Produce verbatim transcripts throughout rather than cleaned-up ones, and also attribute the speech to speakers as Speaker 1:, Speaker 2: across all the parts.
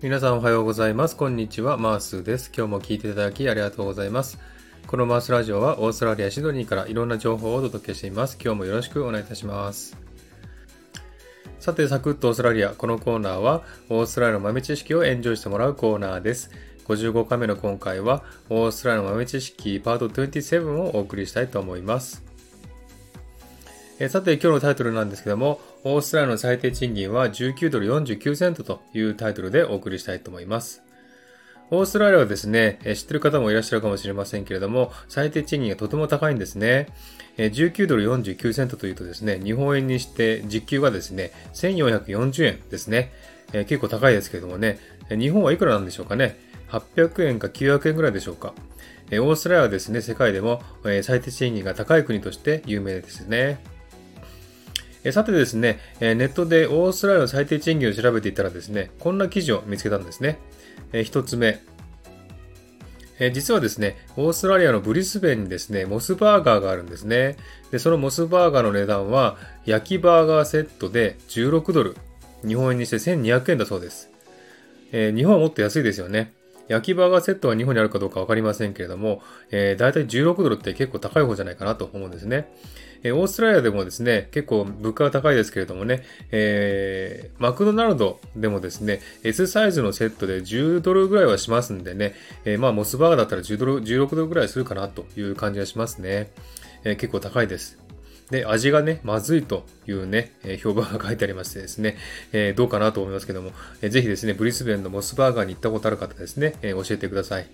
Speaker 1: 皆さんおはようございます。こんにちは。マースです。今日も聞いていただきありがとうございます。このマースラジオはオーストラリア・シドニーからいろんな情報をお届けしています。今日もよろしくお願いいたします。さて、サクッとオーストラリア。このコーナーはオーストラリアの豆知識をエンジョイしてもらうコーナーです。ごじゅうごかいめの今回はオーストラリアの豆知識パートにじゅうななをお送りしたいと思います。えさて、今日のタイトルなんですけども、オーストラリアの最低賃金はじゅうきゅうドルよんじゅうきゅうセントというタイトルでお送りしたいと思います。オーストラリアはですね、知ってる方もいらっしゃるかもしれませんけれども、最低賃金がとても高いんですね。じゅうきゅうドルよんじゅうきゅうセントというとですね、日本円にして時給がですね、せんよんひゃくよんじゅうえんですね。結構高いですけれどもね、日本はいくらなんでしょうかね。はっぴゃくえんかきゅうひゃくえんぐらいでしょうか。オーストラリアはですね、世界でも最低賃金が高い国として有名ですね。さてですね、ネットでオーストラリアの最低賃金を調べていたらですね、こんな記事を見つけたんですね。一つ目。実はですね、オーストラリアのブリスベンにですね、モスバーガーがあるんですね。で、そのモスバーガーの値段は、焼きバーガーセットでじゅうろくドル。日本円にしてせんにひゃくえんだそうです。えー、日本はもっと安いですよね。焼きバーガーセットは日本にあるかどうかわかりませんけれども、えー、だいたいじゅうろくドルって結構高い方じゃないかなと思うんですね。えー、オーストラリアでもですね、結構物価が高いですけれどもね、えー、マクドナルドでもですね、S サイズのセットでじゅうドルぐらいはしますんでね、えー、まあモスバーガーだったらじゅうドル、じゅうろくドルぐらいするかなという感じがしますね。えー、結構高いです。で、味がね、まずいというね、えー、評判が書いてありましてですね、えー、どうかなと思いますけども、えー、ぜひですね、ブリスベンのモスバーガーに行ったことある方ですね、えー、教えてください。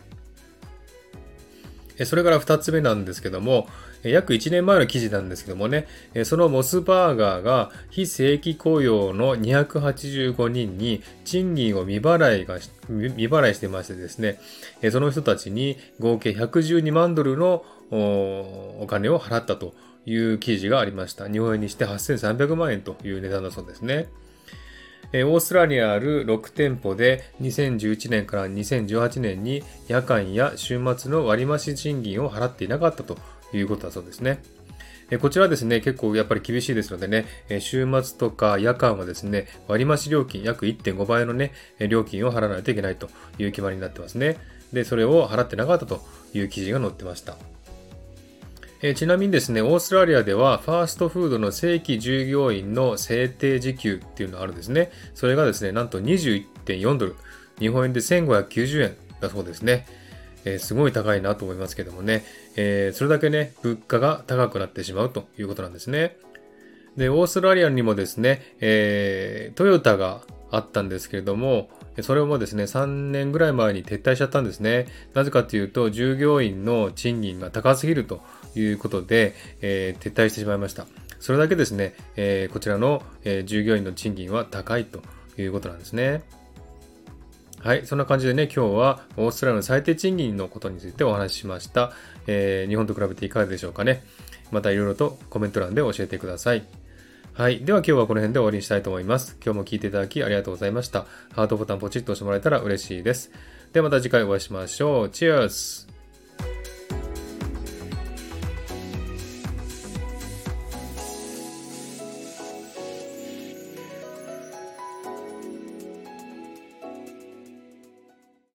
Speaker 1: えー、それから二つ目なんですけども、えー、約いちねんまえの記事なんですけどもね、えー、そのモスバーガーが非正規雇用のにひゃくはちじゅうごにんに賃金を未払いが未払いしてましてですね、えー、その人たちに合計ひゃくじゅうにまんドルの お, お金を払ったという記事がありました。日本円にしてはっせんさんびゃくまんえんという値段だそうですね。オーストラリアあるろくてんぽでにせんじゅういちねんからにせんじゅうはちねんに夜間や週末の割増賃金を払っていなかったということだそうですね。こちらはですね、結構やっぱり厳しいですのでね、週末とか夜間はですね、割増料金約 いってんごばいのね、料金を払わないといけないという決まりになってますね。で、それを払ってなかったという記事が載ってました。えー、ちなみにですね、オーストラリアではファーストフードの正規従業員の最低時給っていうのがあるんですね。それがですね、なんと にじゅういってんよんドル。日本円でせんごひゃくきゅうじゅうえんだそうですね。えー、すごい高いなと思いますけどもね、えー、それだけね、物価が高くなってしまうということなんですね。で、オーストラリアにもですね、えー、トヨタがあったんですけれども、それもですね、さんねんぐらい前に撤退しちゃったんですね。なぜかというと、従業員の賃金が高すぎるということで、えー、撤退してしまいました。それだけですね、えー、こちらの、えー、従業員の賃金は高いということなんですね。はい。そんな感じでね、今日はオーストラリアの最低賃金のことについてお話ししました。えー、日本と比べていかがでしょうかね。またいろいろとコメント欄で教えてください。はい。では今日はこの辺で終わりにしたいと思います。今日も聞いていただきありがとうございました。ハートボタンポチッと押してもらえたら嬉しいです。ではまた次回お会いしましょう。チェアス